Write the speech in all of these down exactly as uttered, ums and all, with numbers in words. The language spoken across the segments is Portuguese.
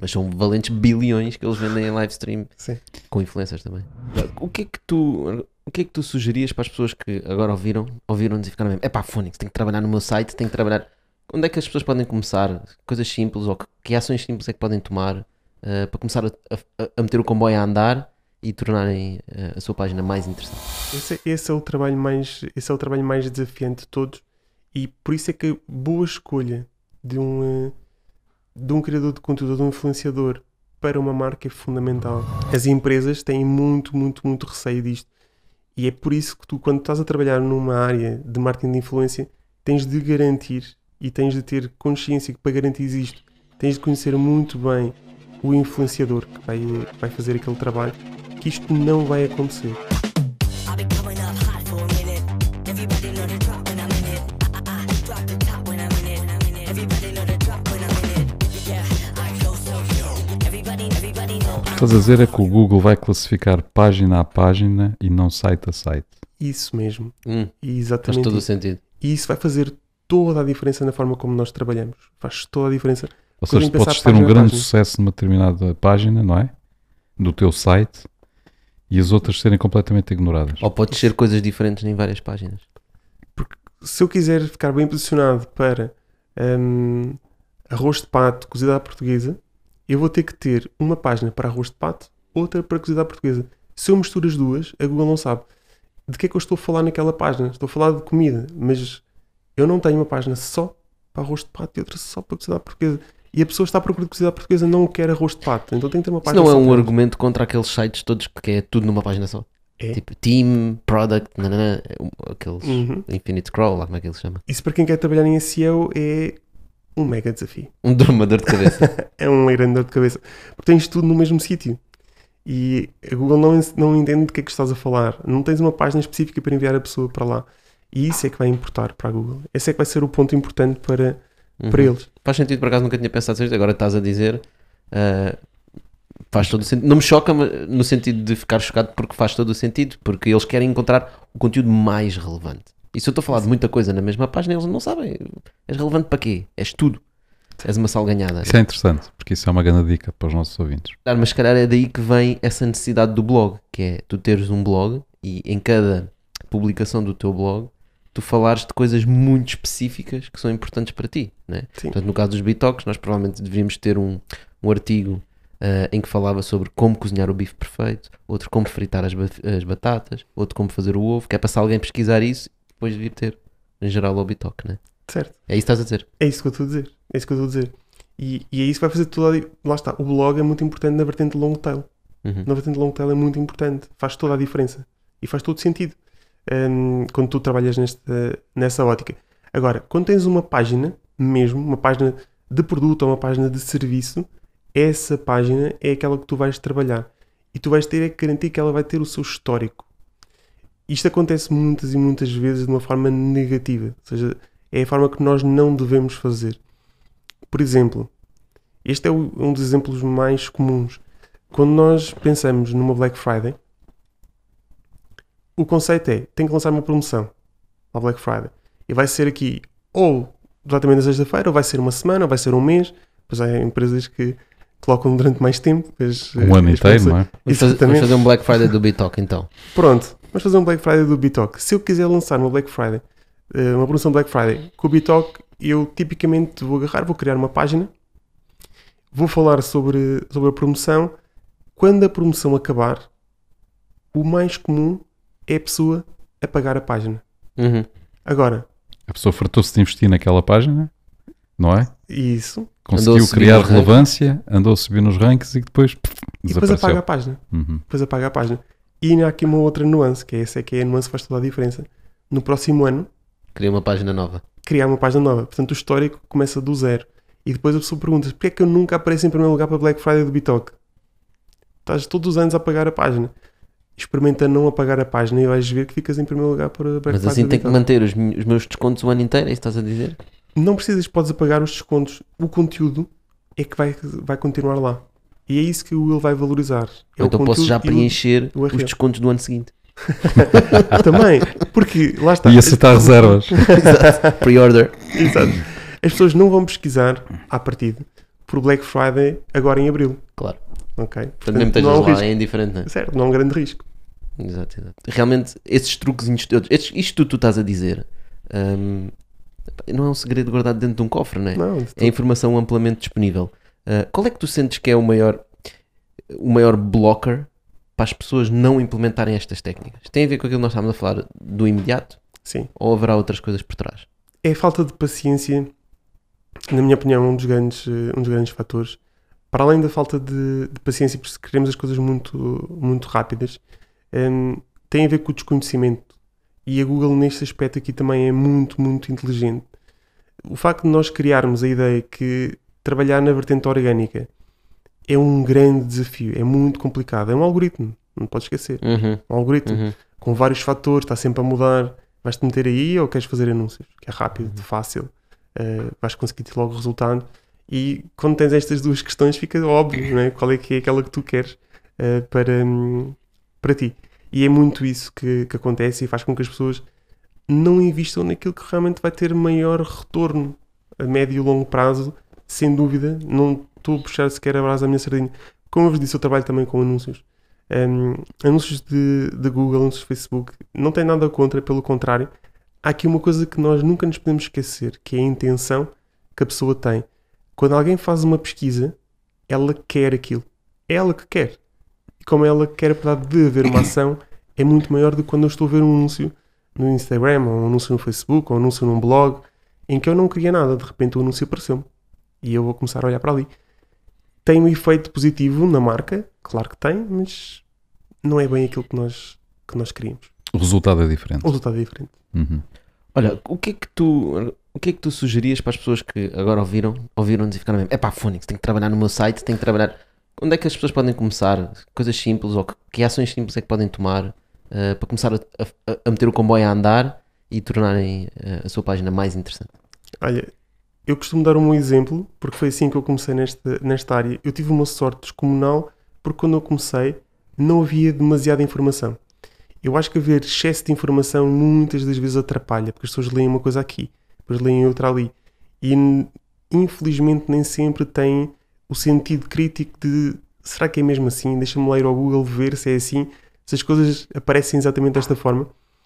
mas são valentes bilhões que eles vendem em live stream. Sim. Com influencers também. O que é que tu, o que é que tu sugerias para as pessoas que agora ouviram, ouviram-nos e ficaram mesmo, é pá, Fónix, tenho que trabalhar no meu site, tenho que trabalhar... Onde é que as pessoas podem começar? Coisas simples, ou que, que ações simples é que podem tomar uh, para começar a, a, a meter o comboio a andar e tornarem uh, a sua página mais interessante? Esse, esse, é o trabalho mais, esse é o trabalho mais desafiante de todos, e por isso é que a boa escolha de um, uh, de um criador de conteúdo, de um influenciador para uma marca é fundamental. As empresas têm muito, muito, muito receio disto, e é por isso que tu, quando estás a trabalhar numa área de marketing de influência, tens de garantir e tens de ter consciência que para garantir isto tens de conhecer muito bem o influenciador que vai, que vai fazer aquele trabalho, que isto não vai acontecer. O que estás a dizer é que o Google vai classificar página a página e não site a site. Isso mesmo. Hum, E exatamente faz todo o isso. sentido. E isso vai fazer toda a diferença na forma como nós trabalhamos. Faz toda a diferença. Ou seja, tu podes ter um grande sucesso numa determinada página, não é? Do teu site, e as outras serem completamente ignoradas. Ou pode ser coisas diferentes em várias páginas. Porque se eu quiser ficar bem posicionado para hum, arroz de pato, cozida à portuguesa, eu vou ter que ter uma página para arroz de pato, outra para cozida à portuguesa. Se eu misturo as duas, a Google não sabe de que é que eu estou a falar naquela página. Estou a falar de comida, mas eu não tenho uma página só para arroz de pato e outra só para cozida à portuguesa. E a pessoa está à procura de cozida à portuguesa, não quer arroz de pato. Então tem que ter uma Isso página não é só um para argumento contra aqueles sites todos que é tudo numa página só? É. Tipo team, product, nanana, aqueles Uhum. infinite scroll, lá como é que ele se chama? Isso para quem quer trabalhar em S E O é um mega desafio. Um dormador de cabeça. É um grande dor de cabeça. Porque tens tudo no mesmo sítio. E a Google não, não entende de que é que estás a falar. Não tens uma página específica para enviar a pessoa para lá. E isso é que vai importar para a Google. Esse é que vai ser o ponto importante para, Uhum. para eles. Faz sentido, por acaso nunca tinha pensado nisso, agora estás a dizer, uh, faz todo o sentido. Não me choca mas no sentido de ficar chocado, porque faz todo o sentido, porque eles querem encontrar o conteúdo mais relevante. E se eu estou a falar de muita coisa na mesma página, eles não sabem. És relevante para quê? És tudo. És uma salganhada. Isso é interessante, porque isso é uma grande dica para os nossos ouvintes. Mas se calhar é daí que vem essa necessidade do blog, que é tu teres um blog e em cada publicação do teu blog tu falares de coisas muito específicas que são importantes para ti, né? Portanto, no caso dos Bitocs, nós provavelmente deveríamos ter um, um artigo uh, em que falava sobre como cozinhar o bife perfeito, outro como fritar as, ba as batatas, outro como fazer o ovo, que é para se alguém pesquisar isso, depois vir ter em geral o Bitoc, né? Certo. É isso que estás a dizer. É isso que eu estou a dizer. É isso que eu estou a dizer. E, e é isso que vai fazer toda a... Lá está. O blog é muito importante na vertente de long tail. Uhum. Na vertente de long tail é muito importante. Faz toda a diferença. E faz todo sentido. Um, quando tu trabalhas nesta, nessa ótica. Agora, quando tens uma página mesmo, uma página de produto ou uma página de serviço, essa página é aquela que tu vais trabalhar. E tu vais ter é que garantir que ela vai ter o seu histórico. Isto acontece muitas e muitas vezes de uma forma negativa. Ou seja, é a forma que nós não devemos fazer. Por exemplo, este é um dos exemplos mais comuns. Quando nós pensamos numa Black Friday, o conceito é, tem que lançar uma promoção à Black Friday. E vai ser aqui, ou exatamente na sexta-feira, ou vai ser uma semana, ou vai ser um mês. Pois há empresas que colocam durante mais tempo. As, um ano inteiro, não é? Vamos fazer, vamos fazer um Black Friday do Bitoc, então. Pronto, vamos fazer um Black Friday do Bitoc. Se eu quiser lançar uma Black Friday, uma promoção Black Friday com o Bitoc, eu tipicamente vou agarrar, vou criar uma página, vou falar sobre, sobre a promoção. Quando a promoção acabar, o mais comum é a pessoa a pagar a página. Uhum. Agora, a pessoa fartou-se de investir naquela página, não é? Isso. Conseguiu criar relevância, andou a subir nos rankings e depois pff, e depois desapareceu. apaga a página. Uhum. Depois apaga a página. E ainda há aqui uma outra nuance, que é essa que é a nuance que faz toda a diferença. No próximo ano, cria uma página nova. Criar uma página nova. Portanto, o histórico começa do zero. E depois a pessoa pergunta: porquê é que eu nunca apareço em primeiro lugar para Black Friday do Bitoc? Estás todos os anos a apagar a página. Experimenta não apagar a página e vais ver que ficas em primeiro lugar para Black Friday. Mas assim tem que manter os, os meus descontos o ano inteiro, é isso que estás a dizer? Não precisas, podes apagar os descontos. O conteúdo é que vai, vai continuar lá. E é isso que o Google vai valorizar. É então posso já preencher o, os descontos do ano seguinte. Também, porque lá está. E aceitar reservas. Exato. Pre-order. Exato. As pessoas não vão pesquisar à partida, por Black Friday agora em Abril. Claro. Ok? Portanto, mesmo que não há um estejas lá risco. é indiferente, não é? Certo, não há um grande risco. Exato, exato. Realmente, esses truquezinhos todos, estes- isto tudo que tu estás a dizer, hum, não é um segredo guardado dentro de um cofre, não é? Não, isso É tudo. informação amplamente disponível. Uh, qual é que tu sentes que é o maior, o maior blocker para as pessoas não implementarem estas técnicas? Tem a ver com aquilo que nós estávamos a falar do imediato? Sim. Ou haverá outras coisas por trás? É a falta de paciência, na minha opinião, um dos grandes, eh, um dos grandes fatores. Para além da falta de, de paciência, porque se queremos as coisas muito, muito rápidas, hum, tem a ver com o desconhecimento. E a Google, neste aspecto aqui, também é muito, muito inteligente. O facto de nós criarmos a ideia que trabalhar na vertente orgânica é um grande desafio, é muito complicado. É um algoritmo, não podes esquecer. Uhum, Um algoritmo uhum. com vários fatores, está sempre a mudar. Vais-te meter aí ou queres fazer anúncios? Que é rápido, fácil, uh, vais conseguir ter logo o resultado. E quando tens estas duas questões, fica óbvio, não é? Qual é que é aquela que tu queres uh, para, um, para ti. E é muito isso que, que acontece e faz com que as pessoas não investam naquilo que realmente vai ter maior retorno a médio e longo prazo, sem dúvida. Não estou a puxar sequer a brasa à minha sardinha. Como eu vos disse, eu trabalho também com anúncios. Um, anúncios de, de Google, anúncios de Facebook, não tem nada contra, pelo contrário. Há aqui uma coisa que nós nunca nos podemos esquecer, que é a intenção que a pessoa tem. Quando alguém faz uma pesquisa, ela quer aquilo. É ela que quer. E como ela quer, apesar de haver uma ação, é muito maior do que quando eu estou a ver um anúncio no Instagram, ou um anúncio no Facebook, ou um anúncio num blog, em que eu não queria nada. De repente o anúncio apareceu-me. E eu vou começar a olhar para ali. Tem um efeito positivo na marca, claro que tem, mas não é bem aquilo que nós, que nós queríamos. O resultado é diferente. O resultado é diferente. Uhum. Olha, o que é que tu o que é que tu sugerias para as pessoas que agora ouviram, ouviram-nos e ficaram mesmo, é pá, Fónix, tenho que trabalhar no meu site, tenho que trabalhar. Onde é que as pessoas podem começar? Coisas simples, ou que, que ações simples é que podem tomar uh, para começar a, a, a meter o comboio a andar e tornarem uh, a sua página mais interessante? Olha, eu costumo dar um exemplo, porque foi assim que eu comecei nesta, nesta área. Eu tive uma sorte descomunal, porque quando eu comecei não havia demasiada informação. Eu acho que haver excesso de informação muitas das vezes atrapalha, porque as pessoas leem uma coisa aqui, depois leem outra ali. E infelizmente nem sempre têm o sentido crítico de será que é mesmo assim? Deixa-me lá ir ao Google ver se é assim, se as coisas aparecem exatamente desta forma.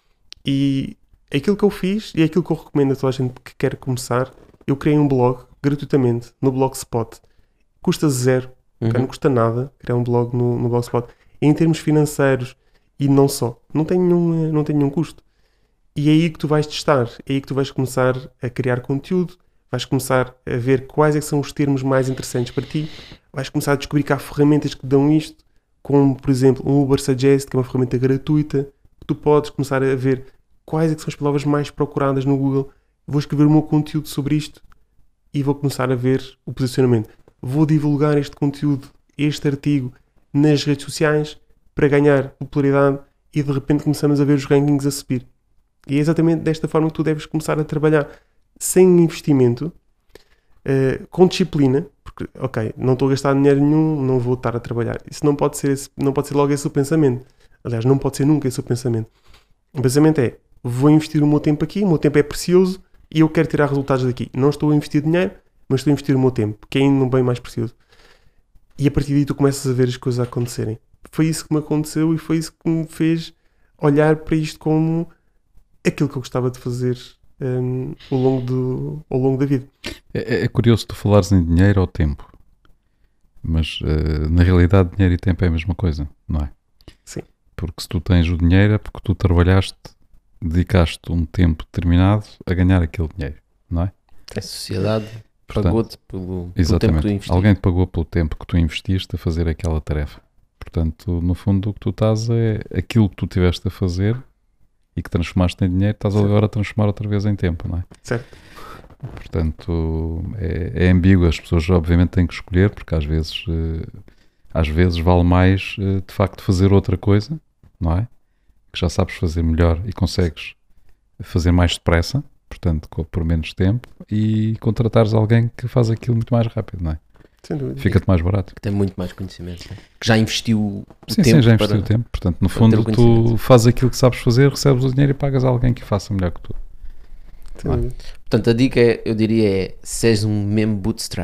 E aquilo que eu fiz e aquilo que eu recomendo a toda a gente que quer começar, eu criei um blog gratuitamente no Blogspot. Custa zero, Uhum. não custa nada criar um blog no, no Blogspot. Em termos financeiros e não só, não tem nenhum, não tem nenhum custo. E é aí que tu vais testar, é aí que tu vais começar a criar conteúdo, vais começar a ver quais é que são os termos mais interessantes para ti, vais começar a descobrir que há ferramentas que dão isto, como por exemplo um Ubersuggest, que é uma ferramenta gratuita, que tu podes começar a ver quais é que são as palavras mais procuradas no Google. Vou escrever o meu conteúdo sobre isto e vou começar a ver o posicionamento. Vou divulgar este conteúdo, este artigo, nas redes sociais para ganhar popularidade e de repente começamos a ver os rankings a subir. E é exatamente desta forma que tu deves começar a trabalhar, sem investimento, uh, com disciplina, porque, ok, não estou a gastar dinheiro nenhum, não vou estar a trabalhar. Isso não pode ser, esse, não pode ser logo esse o pensamento. Aliás, não pode ser nunca esse o pensamento. O pensamento é, vou investir o meu tempo aqui, o meu tempo é precioso e eu quero tirar resultados daqui. Não estou a investir dinheiro, mas estou a investir o meu tempo, que é ainda um bem mais precioso. E a partir daí tu começas a ver as coisas a acontecerem. Foi isso que me aconteceu e foi isso que me fez olhar para isto como aquilo que eu gostava de fazer um, ao, longo do, ao longo da vida. É, é curioso tu falares em dinheiro ou tempo, mas uh, na realidade dinheiro e tempo é a mesma coisa, não é? Sim. Porque se tu tens o dinheiro é porque tu trabalhaste, dedicaste um tempo determinado a ganhar aquele dinheiro, não é? A sociedade Portanto, pagou-te pelo, pelo exatamente, tempo que tu investiste. Alguém te pagou pelo tempo que tu investiste a fazer aquela tarefa. Portanto, no fundo o que tu estás é aquilo que tu tiveste a fazer e que transformaste em dinheiro, estás certo. agora a transformar outra vez em tempo, não é? Certo. Portanto, é, é ambíguo, as pessoas obviamente têm que escolher, porque às vezes, às vezes vale mais de facto fazer outra coisa, não é? Que já sabes fazer melhor e consegues fazer mais depressa, portanto, por menos tempo, e contratares alguém que faz aquilo muito mais rápido, não é? Sem dúvida. Fica-te mais barato. Que tem muito mais conhecimento, né? Que já investiu o sim, tempo. Sim, já investiu para, o tempo. Portanto, no para fundo, tu fazes aquilo que sabes fazer, recebes o dinheiro e pagas a alguém que faça melhor que tu. Sem dúvida. Portanto, a dica, é, eu diria, é se és um mesmo bootstrapper,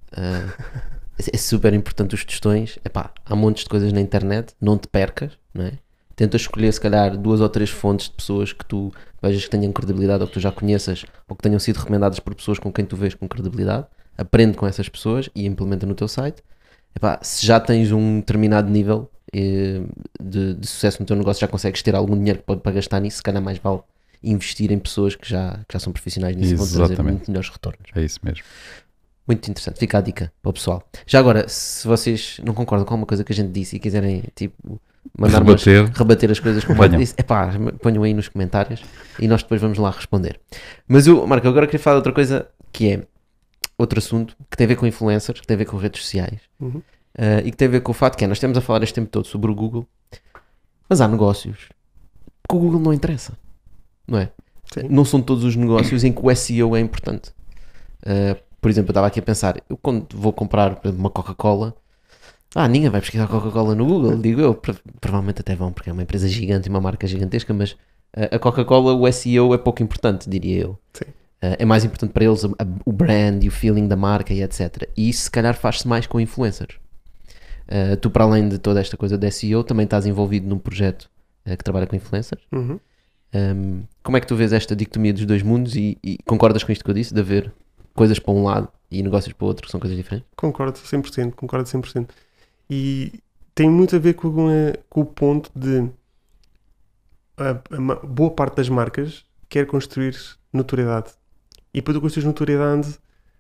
Uh, é super importante os tostões. Epá, há montes de coisas na internet, não te percas, não é? Tenta escolher se calhar duas ou três fontes de pessoas que tu vejas que tenham credibilidade ou que tu já conheças ou que tenham sido recomendadas por pessoas com quem tu vês com credibilidade. Aprende com essas pessoas e implementa no teu site. Epá, se já tens um determinado nível eh, de, de sucesso no teu negócio, já consegues ter algum dinheiro para, para gastar nisso, se calhar mais vale investir em pessoas que já, que já são profissionais nisso e vão trazer muito melhores retornos. É isso mesmo. Muito interessante, fica a dica para o pessoal. Já agora, se vocês não concordam com alguma coisa que a gente disse e quiserem tipo, mandar rebater. Umas, rebater as coisas como eu disse, epá, ponham aí nos comentários e nós depois vamos lá responder. Mas eu, Marco, agora queria falar de outra coisa que é outro assunto que tem a ver com influencers, que tem a ver com redes sociais uhum. uh, e que tem a ver com o fato que é, nós estamos a falar este tempo todo sobre o Google, mas há negócios que o Google não interessa, não é? Sim. Não são todos os negócios em que o S E O é importante. Uh, por exemplo, eu estava aqui a pensar, eu quando vou comprar uma Coca-Cola, ah, ninguém vai pesquisar Coca-Cola no Google, digo eu, provavelmente até vão, porque é uma empresa gigante e uma marca gigantesca, mas uh, a Coca-Cola, o S E O é pouco importante, diria eu. Sim. Uh, é mais importante para eles a, a, o brand e o feeling da marca e etcétera. E isso se calhar faz-se mais com influencers. Uh, tu, para além de toda esta coisa de S E O, também estás envolvido num projeto uh, que trabalha com influencers. Uhum. Um, como é que tu vês esta dicotomia dos dois mundos e, e concordas com isto que eu disse, de haver coisas para um lado e negócios para o outro, que são coisas diferentes? Concordo cem por cento, concordo cem por cento. E tem muito a ver com, com o ponto de a, a boa parte das marcas quer construir notoriedade. E para tu construir notoriedade,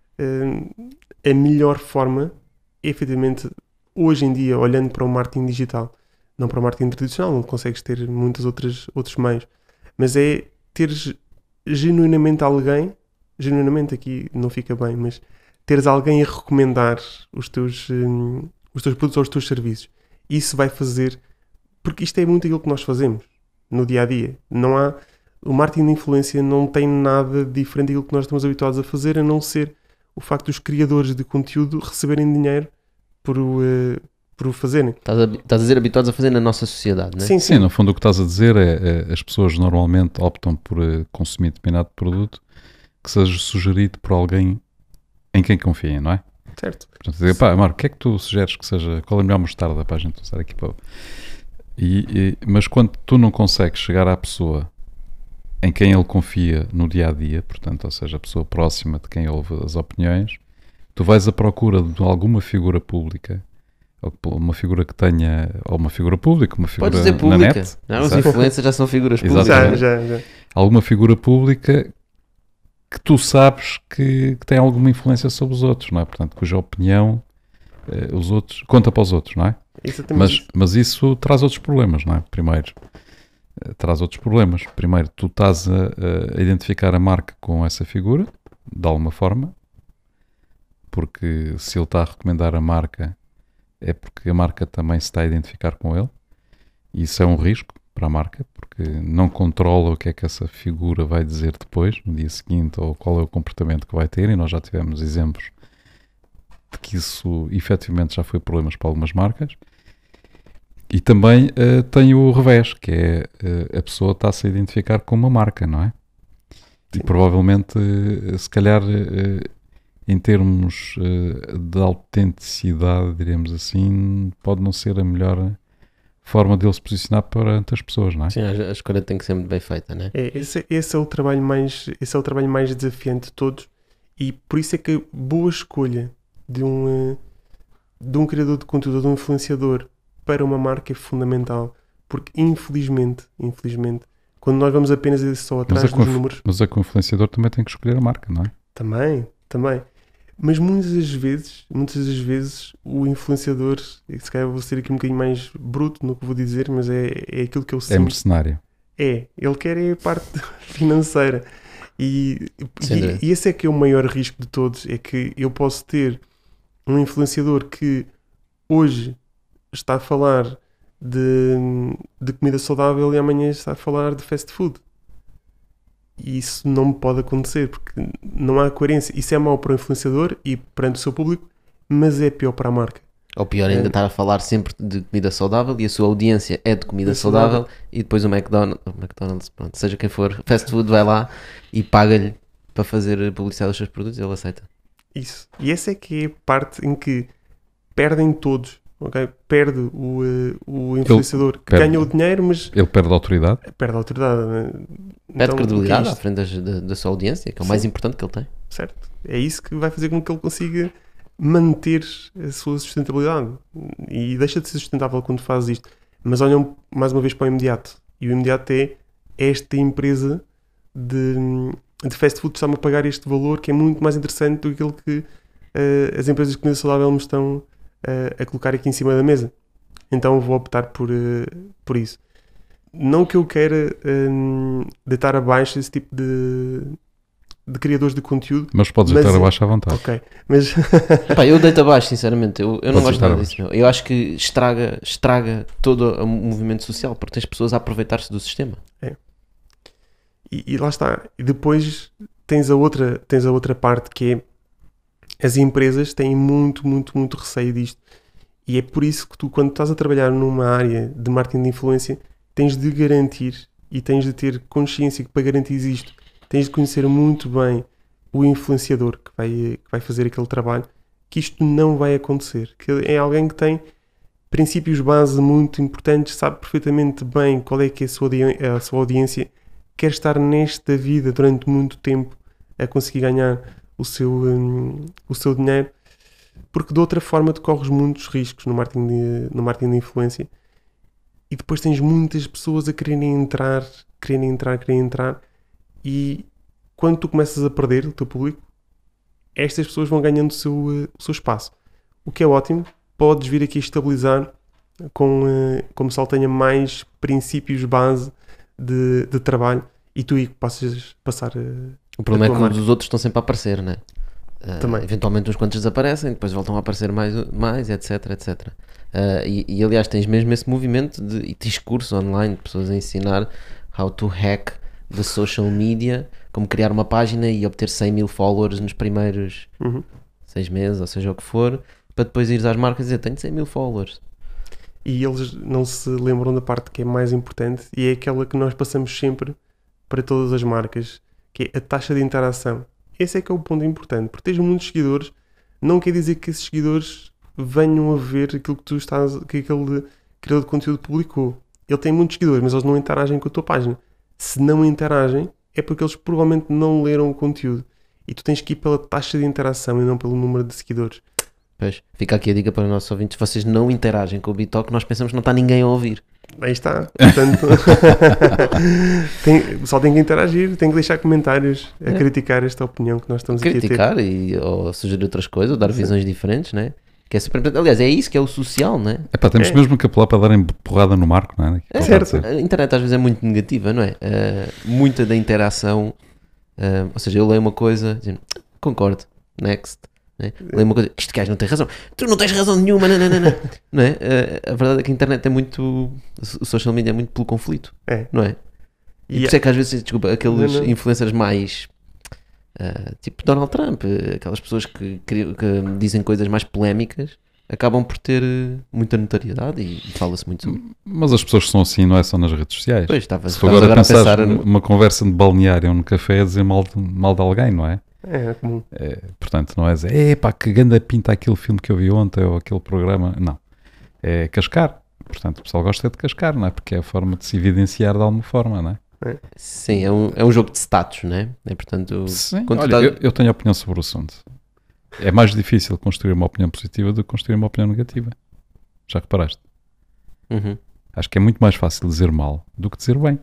a melhor forma, efetivamente, hoje em dia, olhando para o marketing digital, não para o marketing tradicional, onde consegues ter muitos outros, outros meios, mas é teres genuinamente alguém, genuinamente aqui não fica bem, mas teres alguém a recomendar os teus, um, os teus produtos ou os teus serviços. Isso vai fazer, porque isto é muito aquilo que nós fazemos no dia a dia. Não há, o marketing de influência não tem nada diferente daquilo que nós estamos habituados a fazer, a não ser o facto dos criadores de conteúdo receberem dinheiro por o, uh, por o fazerem. Estás a, estás a dizer habituados a fazer na nossa sociedade, não é? Sim, sim. Sim, no fundo o que estás a dizer é, é as pessoas normalmente optam por uh, consumir determinado produto que seja sugerido por alguém em quem confiem, não é? Certo. Portanto, dizer, pá, Marco, o que é que tu sugeres que seja, qual é a melhor mostarda para a gente usar aqui para... E, e, mas quando tu não consegues chegar à pessoa em quem ele confia no dia-a-dia, portanto, ou seja, a pessoa próxima de quem ouve as opiniões, tu vais à procura de alguma figura pública, ou uma figura que tenha, ou uma figura pública, uma figura Podes dizer na pública. net. Não, os influencers já são figuras públicas. Já, já, já. Alguma figura pública que tu sabes que, que tem alguma influência sobre os outros, não é? Portanto, cuja opinião eh, os outros, conta para os outros, não é? Mas, isso. mas isso traz outros problemas, não é? Primeiro, eh, traz outros problemas. Primeiro, tu estás a, a identificar a marca com essa figura, de alguma forma, porque se ele está a recomendar a marca, é porque a marca também se está a identificar com ele. E isso é um risco para a marca, porque não controla o que é que essa figura vai dizer depois, no dia seguinte, ou qual é o comportamento que vai ter, e nós já tivemos exemplos de que isso efetivamente já foi problemas para algumas marcas. E também uh, tem o revés, que é uh, a pessoa está-se a identificar com uma marca, não é? Sim. E provavelmente, uh, se calhar, uh, em termos uh, de autenticidade, diremos assim, pode não ser a melhor forma dele se posicionar perante as pessoas, não é? Sim, a escolha tem que ser muito bem feita, não é? É, esse, esse é o trabalho mais, esse é o trabalho mais desafiante de todos, e por isso é que a boa escolha de um, de um criador de conteúdo, de um influenciador para uma marca é fundamental, porque infelizmente, infelizmente, quando nós vamos apenas só atrás mas é dos conf... números... Mas é que o influenciador também tem que escolher a marca, não é? Também, também. Mas muitas das vezes, muitas das vezes, o influenciador, se calhar vou ser aqui um bocadinho mais bruto no que vou dizer, mas é, é aquilo que eu sinto. É mercenário. É, ele quer é a parte financeira. E, e, e esse é que é o maior risco de todos, é que eu posso ter um influenciador que hoje está a falar de, de comida saudável e amanhã está a falar de fast food. E isso não me pode acontecer, porque não há coerência. Isso é mau para o influenciador e perante o seu público, mas é pior para a marca. Ou pior ainda, é. estar a falar sempre de comida saudável e a sua audiência é de comida é saudável, saudável e depois o McDonald's, o McDonald's, pronto, seja quem for, fast food vai lá e paga-lhe para fazer publicidade dos seus produtos e ele aceita. Isso. E essa é que é a parte em que perdem todos. Okay? Perde o, uh, o influenciador que perde. ganha o dinheiro, mas Ele perde a autoridade. perde a autoridade. Né? Perde Então, credibilidade o que é à isto? frente das- da, da sua audiência, que é o Sim. mais importante que ele tem. Certo? É isso que vai fazer com que ele consiga manter a sua sustentabilidade. E deixa de ser sustentável quando faz isto. Mas olham mais uma vez para o imediato. E o imediato é esta empresa de, de fast food está-me a pagar este valor que é muito mais interessante do que aquilo que uh, as empresas de comida saudável me estão uh, a colocar aqui em cima da mesa. Então vou optar por, uh, por isso. Não que eu queira um, deitar abaixo esse tipo de, de criadores de conteúdo. Mas podes Mas estar é- abaixo à vontade. Ok, mas Pá, eu deito abaixo, sinceramente. Eu, eu não Podes gosto nada deitar disso. Meu. Eu acho que estraga, estraga todo o movimento social, porque tens pessoas a aproveitar-se do sistema. E, e lá está. E depois tens a outra, tens a outra parte que é as empresas têm muito, muito, muito receio disto. E é por isso que tu, quando estás a trabalhar numa área de marketing de influência, tens de garantir e tens de ter consciência que para garantir isto, tens de conhecer muito bem o influenciador que vai, que vai fazer aquele trabalho, que isto não vai acontecer. Que é alguém que tem princípios base muito importantes, sabe perfeitamente bem qual é que é a sua, audi- a sua audiência, quer estar nesta vida durante muito tempo a conseguir ganhar o seu, hum, o seu dinheiro, porque de outra forma tu corres muitos riscos no marketing de, no marketing de influência e depois tens muitas pessoas a quererem entrar, quererem entrar, quererem entrar e quando tu começas a perder o teu público, estas pessoas vão ganhando o seu, uh, o seu espaço. O que é ótimo, podes vir aqui estabilizar com, uh, como se ele tenha mais princípios base de, de trabalho e tu aí passas passar uh, O problema A é tua que marca. os outros estão sempre a aparecer, né? Uh, Também. Eventualmente uns quantos desaparecem, depois voltam a aparecer mais, mais etc, etcétera. Uh, e, e aliás tens mesmo esse movimento de e tens cursos online de pessoas a ensinar how to hack the social media, como criar uma página e obter cem mil followers nos primeiros Uhum. seis meses, ou seja o que for, para depois ires às marcas e dizer tenho cem mil followers. E eles não se lembram da parte que é mais importante e é aquela que nós passamos sempre para todas as marcas, que é a taxa de interação. Esse é que é o ponto importante, porque tens muitos seguidores, não quer dizer que esses seguidores venham a ver aquilo que tu estás, que aquele criador de conteúdo publicou. Ele tem muitos seguidores, mas eles não interagem com a tua página. Se não interagem, é porque eles provavelmente não leram o conteúdo. E tu tens que ir pela taxa de interação e não pelo número de seguidores. Pois, fica aqui a dica para os nossos ouvintes, se vocês não interagem com o BeTalk, nós pensamos que não está ninguém a ouvir. Aí está. Portanto, tem, o pessoal tem que interagir, tem que deixar comentários a É. criticar esta opinião que nós estamos aqui a ter. Criticar e, ou sugerir outras coisas, ou dar Sim. visões diferentes, né? Que é super importante. Aliás, é isso que é o social, né? Epá, temos É. mesmo que apelar para darem porrada no Marco, não é? É certo. A internet às vezes é muito negativa, não é? Uh, muita da interação, uh, ou seja, eu leio uma coisa, dizendo, concordo, next. Né? Leio uma coisa, este gajo não tem razão, tu não tens razão nenhuma, não, não, não, não. Não é? Uh, a verdade é que a internet é muito, o social media é muito pelo conflito, É. não é? E, E por isso é que às vezes, desculpa, aqueles Não, não. influencers mais uh, tipo Donald Trump, uh, aquelas pessoas que, cri- que dizem coisas mais polémicas, acabam por ter uh, muita notariedade e, e fala-se muito sobre. Mas as pessoas que são assim não é só nas redes sociais. Pois, estava, Se tu estavas agora agora a pensares pensar. numa uma conversa de balneário ou no café a dizer mal de, mal de alguém, não é? é, é comum. É, portanto, não é dizer, epá, que ganda pinta aquele filme que eu vi ontem ou aquele programa. Não. É cascar. Portanto, o pessoal gosta de cascar, não é? Porque é a forma de se evidenciar de alguma forma, não é? Sim, é um, é um jogo de status, né? É portanto. Sim. quando tu Olha, estás- eu, eu tenho opinião sobre o assunto. É mais difícil construir uma opinião positiva do que construir uma opinião negativa. Já reparaste? Uhum, Acho que é muito mais fácil dizer mal do que dizer bem.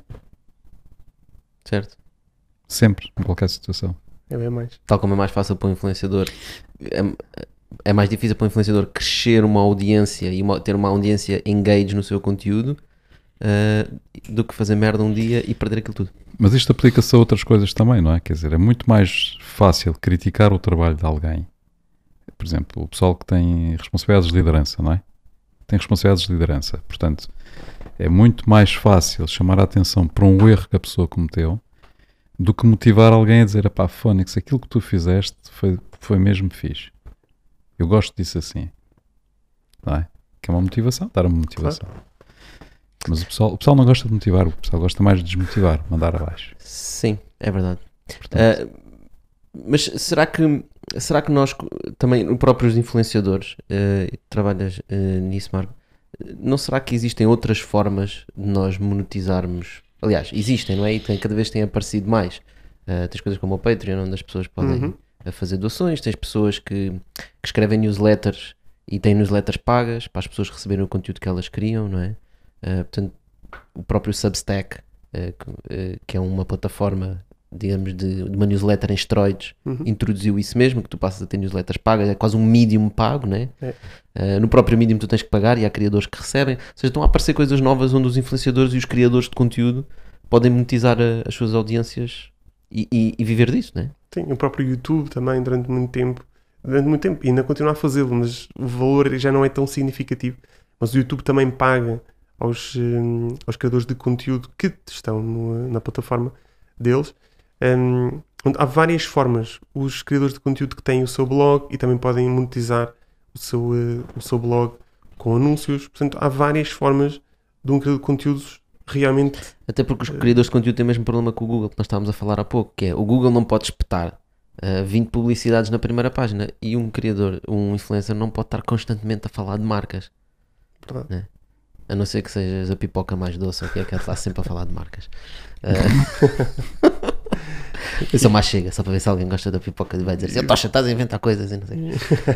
certo. Sempre, em qualquer situação. É bem mais. Tal como é mais fácil para um influenciador, é, é mais difícil para um influenciador crescer uma audiência e uma- ter uma audiência engage no seu conteúdo uh, do que fazer merda um dia e perder aquilo tudo. Mas isto aplica-se a outras coisas também, não é? Quer dizer, é muito mais fácil criticar o trabalho de alguém. Por exemplo, o pessoal que tem responsabilidades de liderança, não é? Tem responsabilidades de liderança. Portanto, é muito mais fácil chamar a atenção para um erro que a pessoa cometeu do que motivar alguém a dizer, pá, Fónix, aquilo que tu fizeste foi, foi mesmo fixe. Eu gosto disso assim. Não é? Que é uma motivação, dar uma motivação. Mas o pessoal, o pessoal não gosta de motivar, o pessoal gosta mais de desmotivar, mandar abaixo. Sim, é verdade. Portanto, Uh, Mas será que, será que nós, também, os próprios influenciadores, uh, trabalhas uh, nisso, Marco, não será que existem outras formas de nós monetizarmos? Aliás, existem, não é? E tem, cada vez tem aparecido mais. Uh, tens coisas como o Patreon, onde as pessoas podem Uhum. fazer doações, tens pessoas que, que escrevem newsletters e têm newsletters pagas para as pessoas receberem o conteúdo que elas queriam, não é? Uh, portanto, o próprio Substack, uh, que, uh, que é uma plataforma, digamos, de, de uma newsletter em esteroides, Uhum. introduziu isso mesmo, que tu passas a ter newsletters pagas, é quase um Medium pago, né? É. Uh, no próprio Medium tu tens que pagar e há criadores que recebem, ou seja, estão a aparecer coisas novas onde os influenciadores e os criadores de conteúdo podem monetizar a, as suas audiências e, e, e viver disso, né? Sim, o próprio YouTube também, durante muito tempo, durante muito tempo, e ainda continua a fazê-lo, mas o valor já não é tão significativo. Mas o YouTube também paga aos, hum, aos criadores de conteúdo que estão no- na plataforma deles. Hum, onde há várias formas. Os criadores de conteúdo que têm o seu blog e também podem monetizar o seu, eh, o seu blog com anúncios. Portanto, há várias formas de um criador de conteúdos realmente. Até porque os criadores de conteúdo têm o mesmo problema que o Google, que nós estávamos a falar há pouco, que é o Google não pode espetar uh, vinte publicidades na primeira página e um criador, um influencer não pode estar constantemente a falar de marcas, Verdade. a não ser que sejas a pipoca mais doce ou que é que está sempre a falar de marcas. Uh, eu só mais chega, só para ver se alguém gosta da pipoca e vai dizer assim, Tocha, estás a inventar coisas e não sei.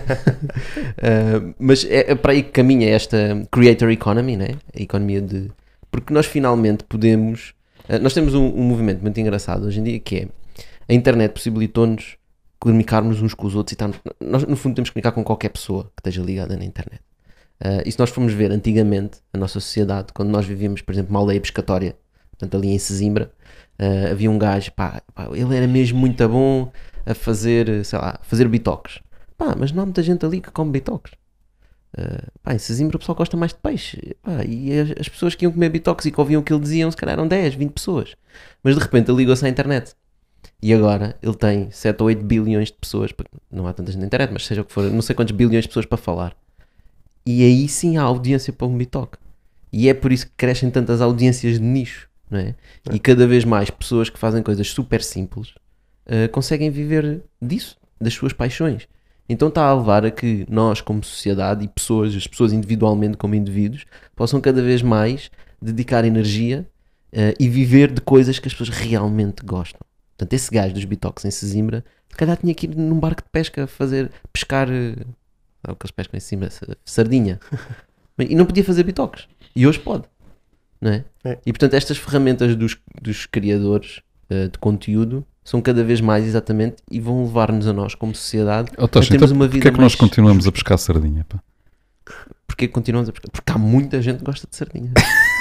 Uh, mas é, é para aí que caminha esta creator economy, né? A economia de... Porque nós finalmente podemos... Uh, nós temos um, um movimento muito engraçado hoje em dia que é a internet possibilitou-nos comunicarmos uns com os outros e estarmos, nós no fundo temos que comunicar com qualquer pessoa que esteja ligada na internet. Uh, e se nós formos ver antigamente a nossa sociedade, quando nós vivíamos, por exemplo, uma aldeia pescatória, portanto ali em Sesimbra, uh, havia um gajo, pá, pá, ele era mesmo muito bom a fazer, sei lá, a fazer bitoques. Pá, mas não há muita gente ali que come bitoques. Uh, pá, em Sesimbra o pessoal gosta mais de peixe. Pá, e as, as pessoas que iam comer bitoques e que ouviam o que ele dizia, se calhar eram dez, vinte pessoas. Mas de repente ele ligou-se à internet. E agora ele tem sete ou oito bilhões de pessoas, porque não há tanta gente na internet, mas seja o que for, não sei quantos bilhões de pessoas para falar. E aí sim há audiência para um bitoque. E é por isso que crescem tantas audiências de nicho, não é? E cada vez mais pessoas que fazem coisas super simples uh, conseguem viver disso, das suas paixões. Então está a levar a que nós, como sociedade, e pessoas, as pessoas individualmente como indivíduos, possam cada vez mais dedicar energia uh, e viver de coisas que as pessoas realmente gostam. Portanto, esse gajo dos bitoques em Sesimbra, se calhar tinha que ir num barco de pesca fazer, pescar, uh, o que eles pescam em cima, sardinha. E não podia fazer bitoques. E hoje pode. Não é? É. E portanto estas ferramentas dos, dos criadores uh, de conteúdo são cada vez mais exatamente e vão levar-nos a nós como sociedade Oh, Tocha, a termos então, uma vida porque é que nós mais... continuamos a pescar sardinha? Pá? Porque continuamos a pescar? Porque há muita gente que gosta de sardinha.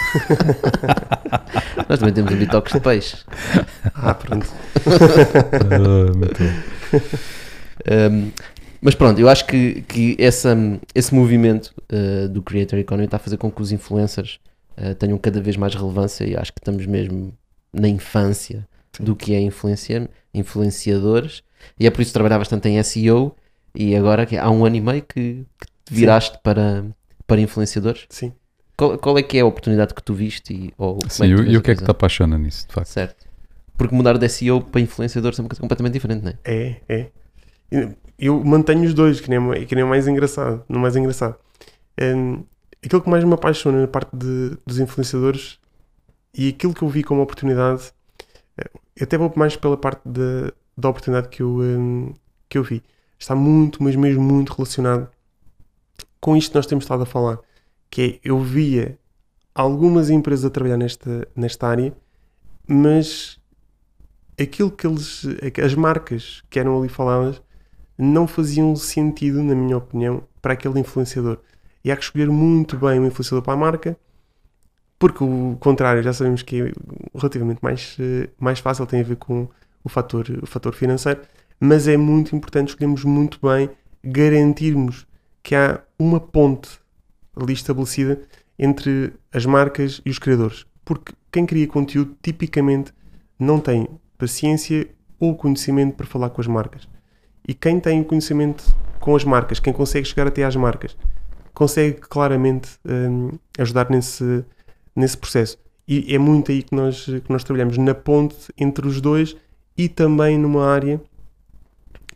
Nós também temos bitoques de peixe. Ah, pronto. Ah, muito bom. Um, mas pronto, eu acho que, que essa, esse movimento uh, do Creator Economy está a fazer com que os influencers uh, tenham cada vez mais relevância e acho que estamos mesmo na infância Sim. do que é influenciar, influenciadores, e é por isso que trabalhar bastante em S E O e agora que há um ano e meio que, que te viraste para, para influenciadores. Sim. Qual, qual é que é a oportunidade que tu viste? E, ou como Sim, é que tu e vês o a que é que te coisa? apaixona nisso, de facto? Certo. Porque mudar de S E O para influenciadores é uma coisa completamente diferente, não é? É, é. Eu mantenho os dois, que nem, é- que nem é o mais engraçado. No mais engraçado. Um, aquilo que mais me apaixona na parte de, dos influenciadores e aquilo que eu vi como oportunidade, eu até vou mais pela parte da, da oportunidade que eu, um, que eu vi. Está muito, mas mesmo muito relacionado com isto que nós temos estado a falar. Que é, eu via algumas empresas a trabalhar nesta, nesta área, mas aquilo que eles, as marcas que eram ali faladas não faziam sentido, na minha opinião, para aquele influenciador. E há que escolher muito bem um influenciador para a marca, porque o contrário já sabemos que é relativamente mais, mais fácil, tem a ver com o fator, o fator financeiro, mas é muito importante escolhermos muito bem, garantirmos que há uma ponte ali estabelecida entre as marcas e os criadores. Porque quem cria conteúdo tipicamente não tem paciência ou conhecimento para falar com as marcas. E quem tem o conhecimento com as marcas, quem consegue chegar até às marcas, consegue claramente hum, ajudar nesse, nesse processo. E é muito aí que nós, que nós trabalhamos, na ponte entre os dois e também numa área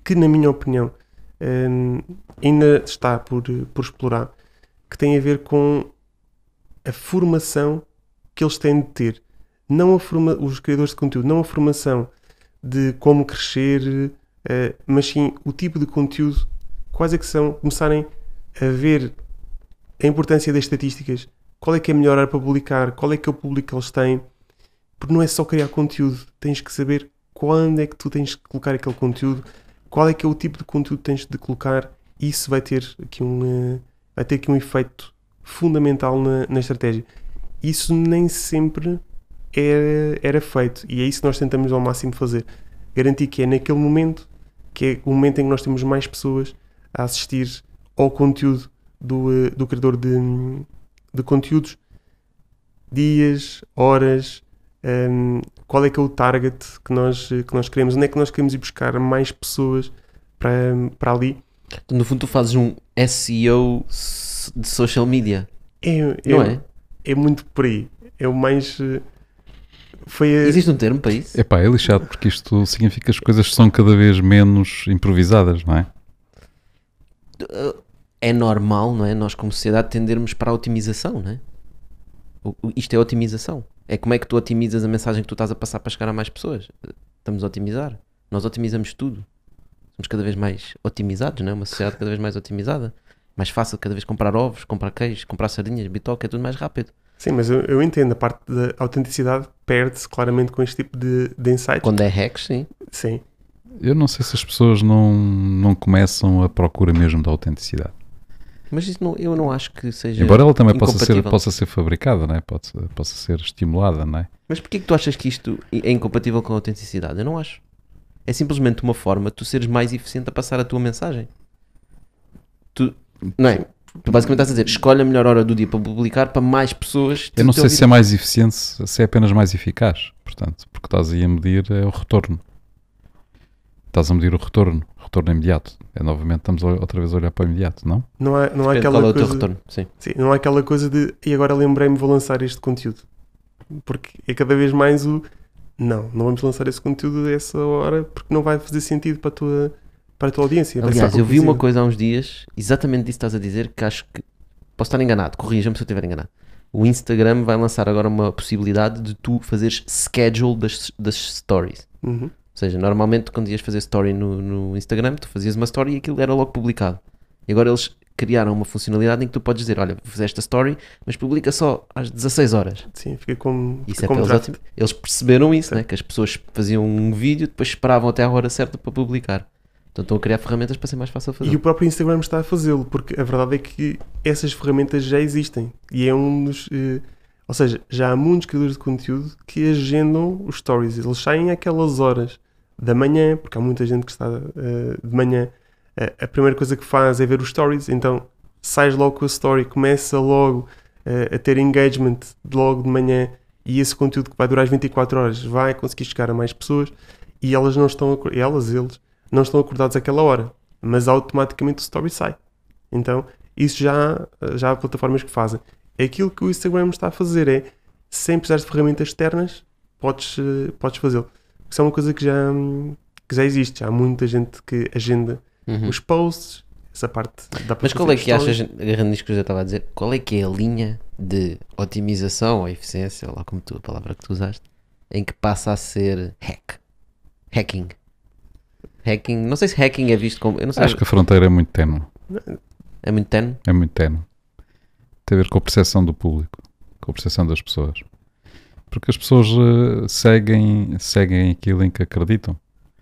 que na minha opinião um, ainda está por, por explorar, que tem a ver com a formação que eles têm de ter. Não a forma, os criadores de conteúdo, não a formação de como crescer, uh, mas sim o tipo de conteúdo, quais é que são, começarem a ver a importância das estatísticas, qual é que é a melhor hora para publicar, qual é que é o público que eles têm, porque não é só criar conteúdo, tens que saber quando é que tu tens que colocar aquele conteúdo, qual é que é o tipo de conteúdo que tens de colocar, e isso vai ter aqui um, uh, vai ter aqui um efeito fundamental na, na estratégia. Isso nem sempre era, era feito, e é isso que nós tentamos ao máximo fazer, garantir que é naquele momento, que é o momento em que nós temos mais pessoas a assistir ao conteúdo do, uh, do criador de, de conteúdos, dias, horas, um, qual é que é o target que nós, que nós queremos, onde é que nós queremos ir buscar mais pessoas para, para ali. Então, no fundo tu fazes um S E O de social media, é, não é? é? É muito por aí. É o mais... Foi a... Existe um termo para isso? Epá, é lixado porque isto significa que as coisas são cada vez menos improvisadas, não é? É normal, não é? Nós como sociedade tendermos para a otimização, não é? Isto é otimização. É como é que tu otimizas a mensagem que tu estás a passar para chegar a mais pessoas. Estamos a otimizar. Nós otimizamos tudo. Somos cada vez mais otimizados, não é? Uma sociedade cada vez mais otimizada. Mais fácil cada vez comprar ovos, comprar queijo, comprar sardinhas, bitoca, é tudo mais rápido. Sim, mas eu, eu entendo. A parte da autenticidade perde-se claramente com este tipo de, de insights. Quando é hacks, sim. Sim. Eu não sei se as pessoas não, não começam a procura mesmo da autenticidade. Mas isso não, eu não acho que seja Embora ela também possa ser, incompatível. possa ser fabricada, não é? Pode, possa ser estimulada, não é? Mas porquê que tu achas que isto é incompatível com a autenticidade? Eu não acho. É simplesmente uma forma de tu seres mais eficiente a passar a tua mensagem. Tu, não é? Tu basicamente estás a dizer, escolhe a melhor hora do dia para publicar para mais pessoas. Eu não sei se é mais eficiente, se é apenas mais eficaz. Portanto, porque estás aí a medir é o retorno. Estás a medir o retorno, retorno imediato. É novamente, estamos outra vez a olhar para o imediato, não? Não há, não há Depende aquela qual é o coisa... teu retorno, sim. Sim, não há aquela coisa de e agora lembrei-me, vou lançar este conteúdo. Porque é cada vez mais o não, não vamos lançar esse conteúdo a essa hora porque não vai fazer sentido para a tua, para a tua audiência. Aliás, eu vi uma coisa há uns dias, exatamente disso que estás a dizer, que acho que posso estar enganado, corrija-me se eu estiver enganado. O Instagram vai lançar agora uma possibilidade de tu fazeres schedule das, das stories. Uhum. Ou seja, normalmente quando ias fazer story no, no Instagram, tu fazias uma story e aquilo era logo publicado. E agora eles criaram uma funcionalidade em que tu podes dizer, olha, fizeste a story, mas publica só às dezasseis horas. Sim, fica como... Isso fica é como para eles, ótimo. Eles perceberam isso, né? Que as pessoas faziam um vídeo, depois esperavam até a hora certa para publicar. Então estão a criar ferramentas para ser mais fácil de fazer. E o próprio Instagram está a fazê-lo, porque a verdade é que essas ferramentas já existem. E é um dos... Eh, ou seja, já há muitos criadores de conteúdo que agendam os stories. Eles saem àquelas horas da manhã, porque há muita gente que está uh, de manhã, uh, a primeira coisa que faz é ver os stories, então sais logo com a story, começa logo uh, a ter engagement de logo de manhã, e esse conteúdo que vai durar as vinte e quatro horas vai conseguir chegar a mais pessoas, e elas não estão, elas, eles, não estão acordados àquela hora, mas automaticamente o story sai. Então, isso já, já há plataformas que fazem. Aquilo que o Instagram está a fazer é, sem precisar de ferramentas externas, podes, uh, podes fazê-lo. Isso é uma coisa que já, que já existe. Já há muita gente que agenda uhum. os posts, essa parte dá para Mas qual é que achas, agarrando nisto que eu já estava a dizer, qual é que é a linha de otimização ou eficiência, lá como tu, a palavra que tu usaste, em que passa a ser hack? Hacking. Hacking, não sei se hacking é visto como... Eu não sei. Acho que a fronteira é muito ténue. É muito ténue? É muito ténue. Tem a ver com a percepção do público, com a percepção das pessoas. Porque as pessoas uh, seguem, seguem aquilo em que acreditam,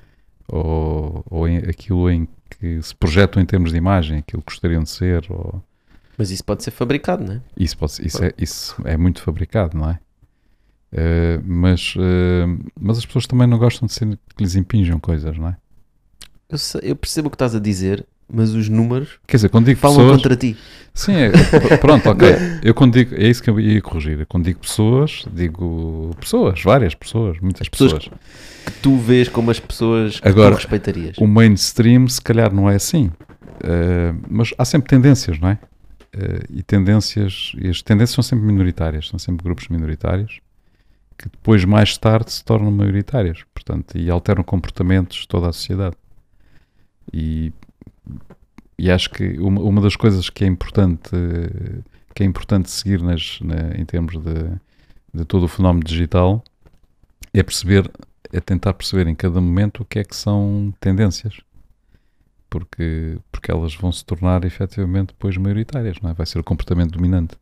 ou, ou em, aquilo em que se projetam em termos de imagem, aquilo que gostariam de ser. Ou... Mas isso pode ser fabricado, não é? Isso, pode, isso, é, isso é muito fabricado, não é? Uh, mas, uh, mas as pessoas também não gostam de ser que lhes impinjam coisas, não é? Eu, sei, eu percebo o que estás a dizer, mas os números Quer dizer, quando digo falam pessoas, contra ti. Sim, é, pronto, ok. Eu quando digo, é isso que eu ia corrigir. Eu quando digo pessoas, digo pessoas, várias pessoas, muitas as pessoas. pessoas. Que tu vês como as pessoas que Agora, tu respeitarias. O mainstream se calhar não é assim. Uh, mas há sempre tendências, não é? Uh, e tendências, e as tendências são sempre minoritárias, são sempre grupos minoritários que depois, mais tarde, se tornam maioritárias, portanto, e alteram comportamentos de toda a sociedade. E, e acho que uma, uma das coisas que é importante, que é importante seguir nas, na, em termos de, de todo o fenómeno digital é perceber, é tentar perceber em cada momento o que é que são tendências. Porque, porque elas vão se tornar efetivamente depois maioritárias, não é? Vai ser o comportamento dominante.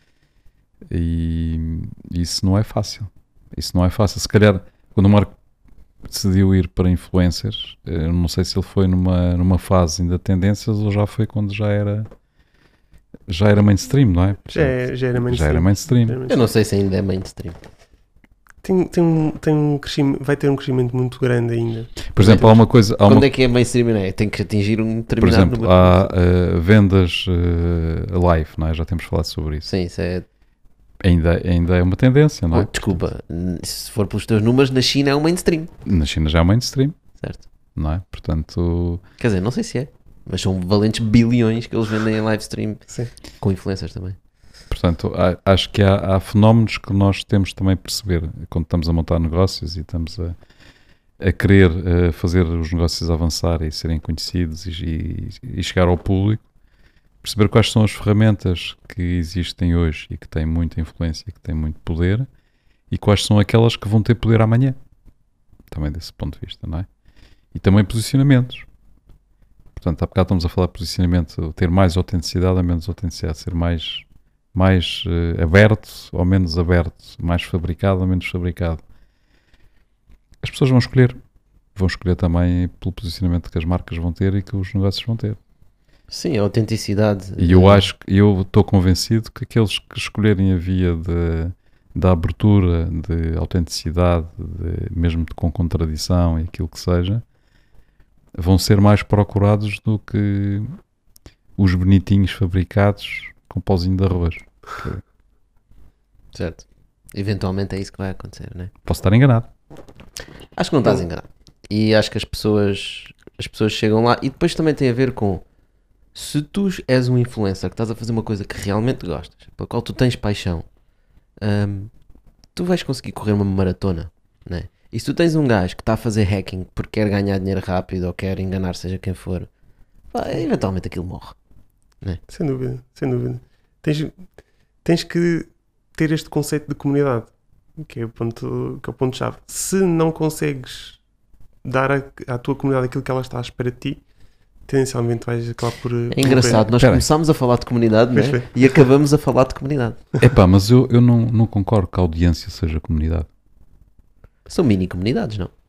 E isso não é fácil. Isso não é fácil. Se calhar, quando o Marco decidiu ir para influencers, eu não sei se ele foi numa, numa fase ainda de tendências ou já foi quando já era já era mainstream, não é? Já, é, já era mainstream. Já era mainstream. Já era mainstream. Eu não sei se ainda é mainstream. Tem, tem um, tem um crescimento, vai ter um crescimento muito grande ainda. Por exemplo, há uma coisa... Há Quando uma, é que é mainstream? Não é? Tem que atingir um por determinado exemplo, número. há uh, vendas uh, live, não é? Já temos falado sobre isso. Sim, isso é... Ainda, ainda é uma tendência, não é? Oh, desculpa, se for pelos teus números, na China é um mainstream. Na China já é mainstream, Certo. não é? Portanto... Quer dizer, não sei se é, mas são valentes bilhões que eles vendem em live stream. Sim. Com influencers também. Portanto, há, acho que há, há fenómenos que nós temos também a perceber quando estamos a montar negócios e estamos a, a querer uh, fazer os negócios avançar e serem conhecidos e, e, e chegar ao público, perceber quais são as ferramentas que existem hoje e que têm muita influência e que têm muito poder e quais são aquelas que vão ter poder amanhã. Também desse ponto de vista, não é? E também posicionamentos. Portanto, há bocado estamos a falar de posicionamento, ter mais autenticidade ou menos autenticidade, ser mais... mais uh, aberto ou menos aberto, mais fabricado ou menos fabricado. As pessoas vão escolher, vão escolher também pelo posicionamento que as marcas vão ter e que os negócios vão ter. Sim, a autenticidade. E eu acho, eu estou convencido que aqueles que escolherem a via de, da abertura, de autenticidade, de, mesmo de, com contradição e aquilo que seja, vão ser mais procurados do que os bonitinhos fabricados com pauzinho de arroz. Certo. Eventualmente é isso que vai acontecer, não é? Posso estar enganado. Acho que não estás enganado. E acho que as pessoas, as pessoas chegam lá e depois também tem a ver com se tu és um influencer que estás a fazer uma coisa que realmente gostas, pela qual tu tens paixão, hum, tu vais conseguir correr uma maratona, não é? E se tu tens um gajo que está a fazer hacking porque quer ganhar dinheiro rápido ou quer enganar seja quem for, pá, eventualmente aquilo morre. É. Sem dúvida, sem dúvida. Tens, tens que ter este conceito de comunidade, que é o ponto, que é o ponto-chave. Se não consegues dar a, à tua comunidade aquilo que ela está à espera de ti, tendencialmente vais acabar por... É engraçado, nós Pera começámos a falar de comunidade, não é? Pois foi. E acabamos a falar de comunidade. Epá, mas eu, eu não, não concordo que a audiência seja comunidade. São mini comunidades, não?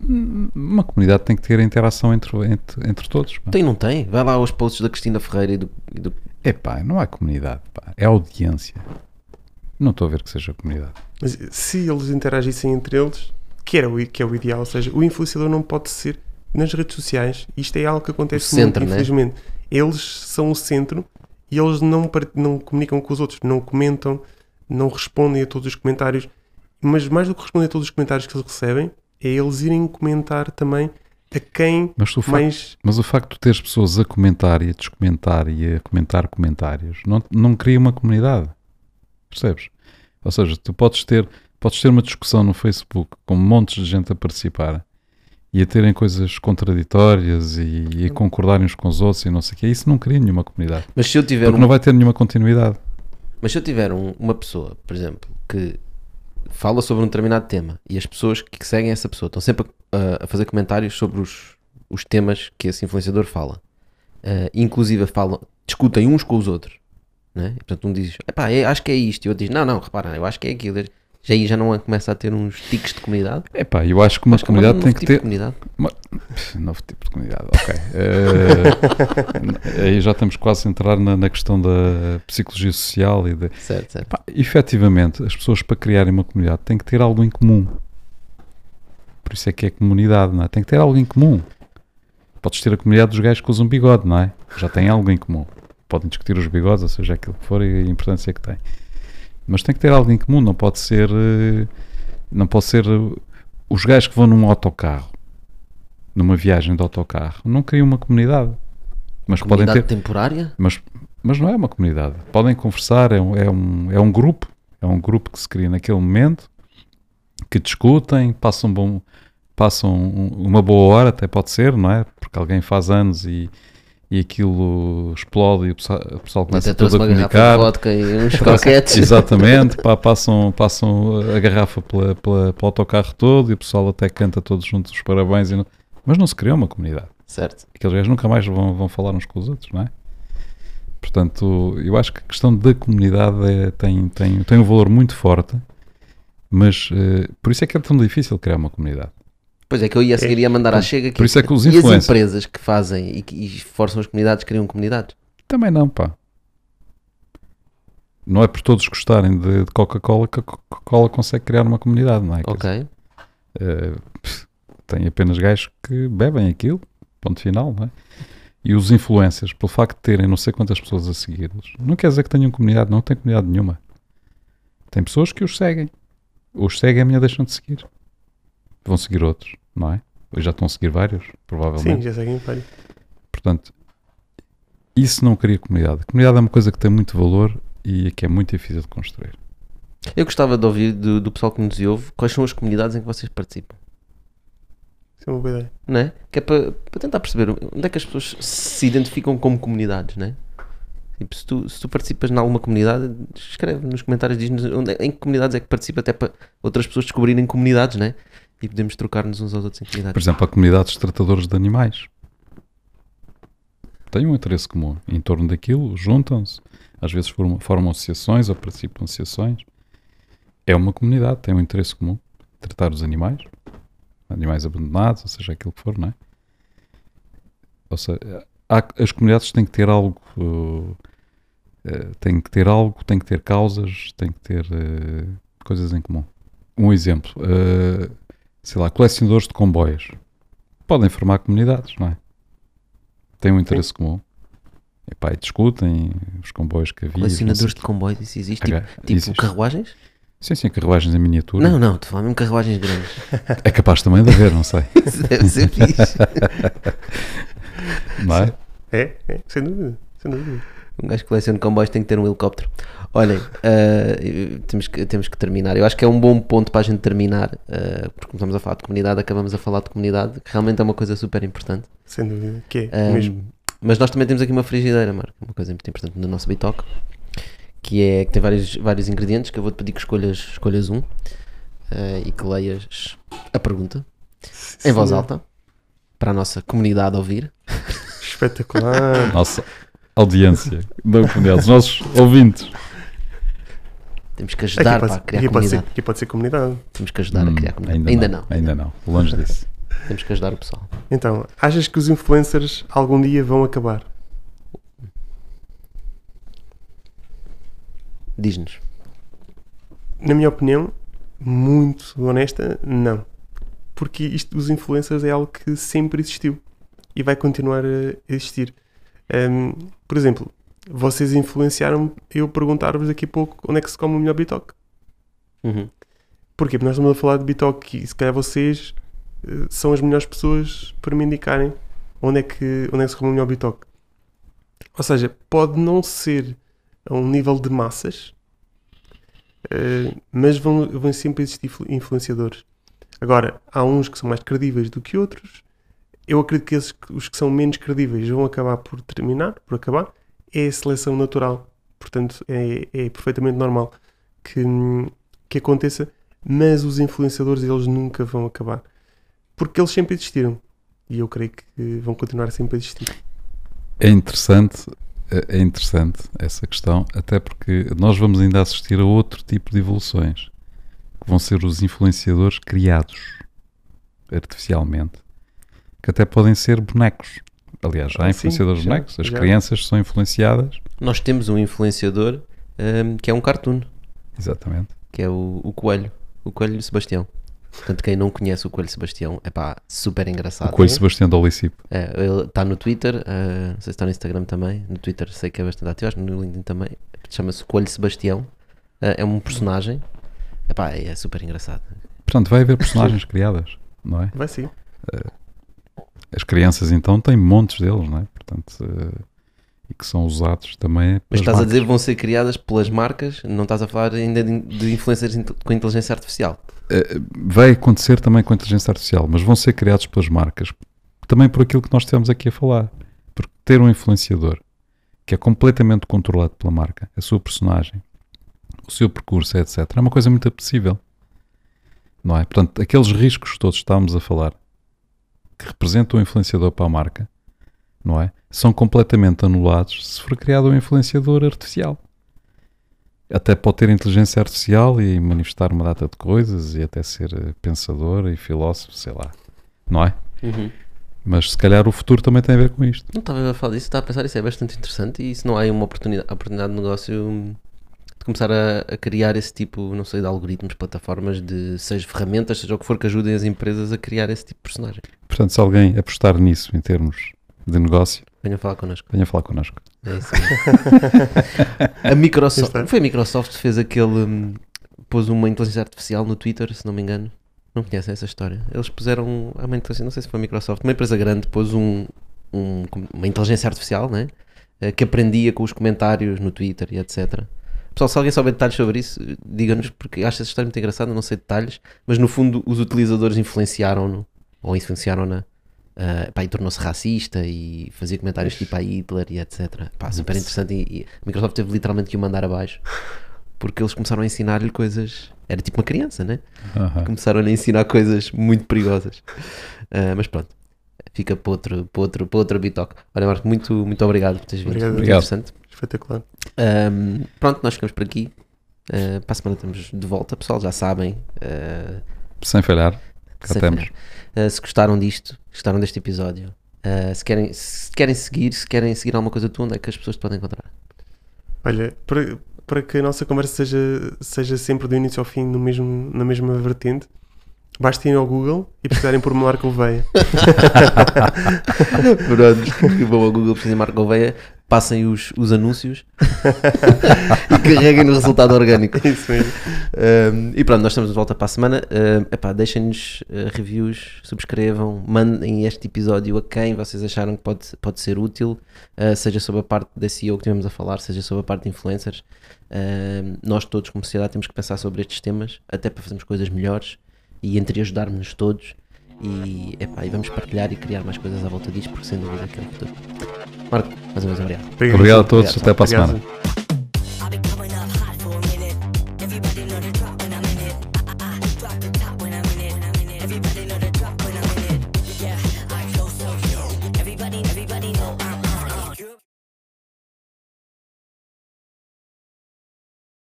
Uma comunidade tem que ter interação entre, entre, entre todos. Pá. Tem, não tem? Vai lá aos posts da Cristina Ferreira e do... E do... Epá, não há comunidade, pá. É audiência. Não estou a ver que seja comunidade. Mas se eles interagissem entre eles, que, era o, que é o ideal, ou seja, o influenciador não pode ser nas redes sociais, isto é algo que acontece O centro, muito, né? infelizmente. Eles são o centro e eles não, par- não comunicam com os outros, não comentam, não respondem a todos os comentários, mas mais do que responder a todos os comentários que eles recebem, é eles irem comentar também a quem Mas o, facto, mais... mas o facto de teres pessoas a comentar e a descomentar e a comentar comentários não, não cria uma comunidade. Percebes? Ou seja, tu podes ter, podes ter uma discussão no Facebook com montes de gente a participar e a terem coisas contraditórias e, e a concordarem uns com os outros e não sei o quê. Isso não cria nenhuma comunidade. Mas se eu tiver, Porque um... não vai ter nenhuma continuidade. Mas se eu tiver um- uma pessoa, por exemplo, que fala sobre um determinado tema e as pessoas que seguem essa pessoa estão sempre a, a fazer comentários sobre os, os temas que esse influenciador fala, uh, inclusive falam, discutem uns com os outros, né? E, portanto um diz, epá, é, acho que é isto, e outro diz, não, não, repara, eu acho que é aquilo. Já aí já não começa a ter uns tiques de comunidade. Epá, eu acho que uma Acho que é um comunidade novo tem que tipo de ter... comunidade. Novo tipo de comunidade, ok. Eh, aí já estamos quase a entrar na, na questão da psicologia social e de... Certo, certo. Pá, efetivamente, as pessoas para criarem uma comunidade têm que ter algo em comum. Por isso é que é comunidade, não é? Tem que ter algo em comum. Podes ter a comunidade dos gajos que usam bigode, não é? Já tem algo em comum. Podem discutir os bigodes, ou seja, aquilo que for e a importância que tem. Mas tem que ter algo em comum, não pode ser... Não pode ser... Os gajos que vão num autocarro, numa viagem de autocarro, não criam uma comunidade. Mas Comunidade podem ter... temporária? Mas, mas não é uma comunidade. Podem conversar, é um, é, um, é um grupo, é um grupo que se cria naquele momento, que discutem, passam bom, passam uma boa hora, até pode ser, não é? Porque alguém faz anos e, e aquilo explode e o pessoal, o pessoal começa Até todo a trouxe uma garrafa comunicar. de vodka e uns croquetes. Exatamente, pá, passam, passam a garrafa pela, pela, pelo autocarro todo e o pessoal até canta todos juntos os parabéns. E não... Mas não se criou uma comunidade. Certo. Aqueles gajos nunca mais vão, vão falar uns com os outros, não é? Portanto, eu acho que a questão da comunidade é, tem, tem, tem um valor muito forte, mas uh, por isso é que é tão difícil criar uma comunidade. Pois é, que eu ia seguir ia mandar à chega que por isso é que os e as influencers- empresas que fazem e, que, e forçam as comunidades criam comunidades. Também não, pá. Não é por todos gostarem de, de Coca-Cola que a Coca-Cola consegue criar uma comunidade, não é? Quer Ok. dizer, uh, pff, tem apenas gajos que bebem aquilo, ponto final, não é? E os influencers, pelo facto de terem não sei quantas pessoas a seguir-los, não quer dizer que tenham comunidade, não tem comunidade nenhuma. Tem pessoas que os seguem. Os seguem, a minha deixam de seguir. Vão seguir outros, não é? Ou já estão a seguir vários, provavelmente. Sim, já seguem vários. Portanto, isso não cria comunidade. A comunidade é uma coisa que tem muito valor e que é muito difícil de construir. Eu gostava de ouvir do, do pessoal que nos ouve quais são as comunidades em que vocês participam. Isso é uma boa ideia. Não é? Que é para, para tentar perceber onde é que as pessoas se identificam como comunidades, não é? Tipo, se tu, se tu participas em alguma comunidade, escreve nos comentários, diz-nos onde, em que comunidades é que participa, até para outras pessoas descobrirem comunidades, não é? E podemos trocar-nos uns aos outros em Por comunidades. exemplo, a comunidade dos tratadores de animais. Têm um interesse comum. Em torno daquilo, juntam-se. Às vezes formam, formam associações ou participam de associações. É uma comunidade, tem um interesse comum. Tratar os animais. Animais abandonados, ou seja, aquilo que for, não é? Ou seja, há, as comunidades têm que ter algo... Uh, uh, têm que ter algo, têm que ter causas, têm que ter uh, coisas em comum. Um exemplo... Uh, sei lá, colecionadores de comboios podem formar comunidades, não é? Têm um interesse Sim. comum. E, pá, e discutem os comboios que havia. Colecionadores de comboios, isso existe? Tipo, H, tipo existe. carruagens? Sim, sim, carruagens em miniatura. Não, não, estou a falar mesmo carruagens grandes. É capaz também de haver, não sei. Isso deve ser fixe. Não é? É, é, sem dúvida, sem dúvida. Um gajo que coleciona comboios tem que ter um helicóptero. Olhem, uh, temos, que, temos que terminar. Eu acho que é um bom ponto para a gente terminar, uh, porque começamos a falar de comunidade, acabamos a falar de comunidade, que realmente é uma coisa super importante. Sem dúvida, que é Um, mesmo. Mas nós também temos aqui uma frigideira, Marco, uma coisa muito importante no nosso Bitoque, que é que tem vários, vários ingredientes, que eu vou-te pedir que escolhas, escolhas um uh, e que leias a pergunta em voz alta, para a nossa comunidade ouvir. Espetacular. Nossa audiência, da comunidade, os nossos ouvintes. Temos que ajudar Aqui para pode, a criar aqui pode ser, comunidade. aqui pode ser comunidade. Temos que ajudar Hum, a criar comunidade. Ainda, Ainda não, não. Ainda não, longe disso. Temos que ajudar o pessoal. Então, achas que os influencers algum dia vão acabar? Diz-nos. Na minha opinião, muito honesta, não. Porque isto dos influencers é algo que sempre existiu e vai continuar a existir. Um, por exemplo, vocês influenciaram-me eu perguntar-vos daqui a pouco onde é que se come o melhor bitoque. Uhum. Porquê? Porque nós estamos a falar de bitoque e se calhar vocês uh, são as melhores pessoas para me indicarem onde é que, onde é que se come o melhor bitoque. Ou seja, pode não ser a um nível de massas, uh, mas vão, vão sempre existir influenciadores. Agora, há uns que são mais credíveis do que outros. Eu acredito que esses, os que são menos credíveis vão acabar por terminar, por acabar. É a seleção natural. Portanto, é, é perfeitamente normal que, que aconteça. Mas os influenciadores, eles nunca vão acabar. Porque eles sempre existiram. E eu creio que vão continuar sempre a existir. É interessante, é interessante essa questão, até porque nós vamos ainda assistir a outro tipo de evoluções, que vão ser os influenciadores criados artificialmente, que até podem ser bonecos. Aliás, já há Ah, influenciadores sim, de já, bonecos, as já. crianças são influenciadas. Nós temos um influenciador um, que é um cartoon, Exatamente. que é o, o Coelho, o Coelho Sebastião. Portanto, quem não conhece o Coelho Sebastião, é pá, super engraçado. O Coelho Sebastião do Olicipo. É, ele está no Twitter, uh, não sei se está no Instagram também. No Twitter sei que é bastante ativo, acho que no LinkedIn também. Chama-se Coelho Sebastião. Uh, é um personagem. Epá, é super engraçado. Portanto, vai haver personagens criadas, não é? Vai sim. As crianças, então, têm montes deles, não é? Portanto, uh, e que são usados também. Mas pelas estás marcas. a dizer vão ser criadas pelas marcas, não estás a falar ainda de, de influencers inte- com inteligência artificial. Uh, vai acontecer também com a inteligência artificial, mas vão ser criados pelas marcas, também por aquilo que nós estivemos aqui a falar. Porque ter um influenciador que é completamente controlado pela marca, a sua personagem, o seu percurso, etcétera, é uma coisa muito apetecível. Não é? Portanto, aqueles riscos todos que estávamos a falar, que representam o influenciador para a marca, não é? São completamente anulados se for criado um influenciador artificial. Até pode ter inteligência artificial e manifestar uma data de coisas e até ser pensador e filósofo, sei lá, não é? Uhum. Mas se calhar o futuro também tem a ver com isto. Não estava a falar disso, estava a pensar, isso é bastante interessante e se não há aí uma oportunidade, oportunidade de negócio de começar a, a criar esse tipo, não sei, de algoritmos, plataformas, de seja ferramentas, seja o que for que ajudem as empresas a criar esse tipo de personagem. Portanto, se alguém apostar nisso em termos de negócio, Venham falar connosco. venha falar connosco. É isso mesmo. A Microsoft, Está. foi a Microsoft que fez aquele, hum, pôs uma inteligência artificial no Twitter, se não me engano. Não conhecem essa história? Eles puseram, há uma inteligência, não sei se foi a Microsoft, uma empresa grande pôs um, um- uma inteligência artificial, né? Eh, que aprendia com os comentários no Twitter e etcétera. Pessoal, se alguém souber detalhes sobre isso, diga-nos, porque acho essa história muito engraçada, não sei detalhes, mas no fundo os utilizadores influenciaram-no, ou influenciaram-na, uh, pá, e tornou-se racista e fazia comentários tipo a Hitler e etcétera. Pá, super interessante e, e a Microsoft teve literalmente que o mandar abaixo, porque eles começaram a ensinar-lhe coisas, era tipo uma criança, né? Aham. Começaram a lhe ensinar coisas muito perigosas. Uh, mas pronto, fica para outro, para outro, para outro bitoque. Olha, Marco, muito, muito obrigado por teres vindo. Obrigado. Muito Obrigado. interessante. Espetacular. Um, pronto, nós ficamos por aqui. Uh, para a semana estamos de volta, pessoal, já sabem. Uh, Sem falhar, cá sem temos. falhar. Uh, se gostaram disto, gostaram deste episódio, uh, se, querem, se querem seguir, se querem seguir alguma coisa tua, onde é que as pessoas te podem encontrar? Olha, para, para que a nossa conversa seja, seja sempre do início ao fim no mesmo, na mesma vertente, basta ir ao Google e pesquisarem por Marco Gouveia. Pronto, vão ao Google, precisem de Marco Gouveia, passem os, os anúncios e carreguem no resultado orgânico. É isso mesmo. Um, e pronto, nós estamos de volta para a semana. Um, epá, deixem-nos uh, reviews, subscrevam, mandem este episódio a quem vocês acharam que pode, pode ser útil, uh, seja sobre a parte da S E O que tivemos a falar, seja sobre a parte de influencers. Um, nós todos, como sociedade, temos que pensar sobre estes temas, até para fazermos coisas melhores e entre ajudarmos-nos todos. E, epá, e vamos partilhar e criar mais coisas à volta disto, porque sem dúvida que é o futuro. Marco, mais uma vez obrigado. Obrigado. Obrigado a todos, Obrigado, até para a Obrigado. semana.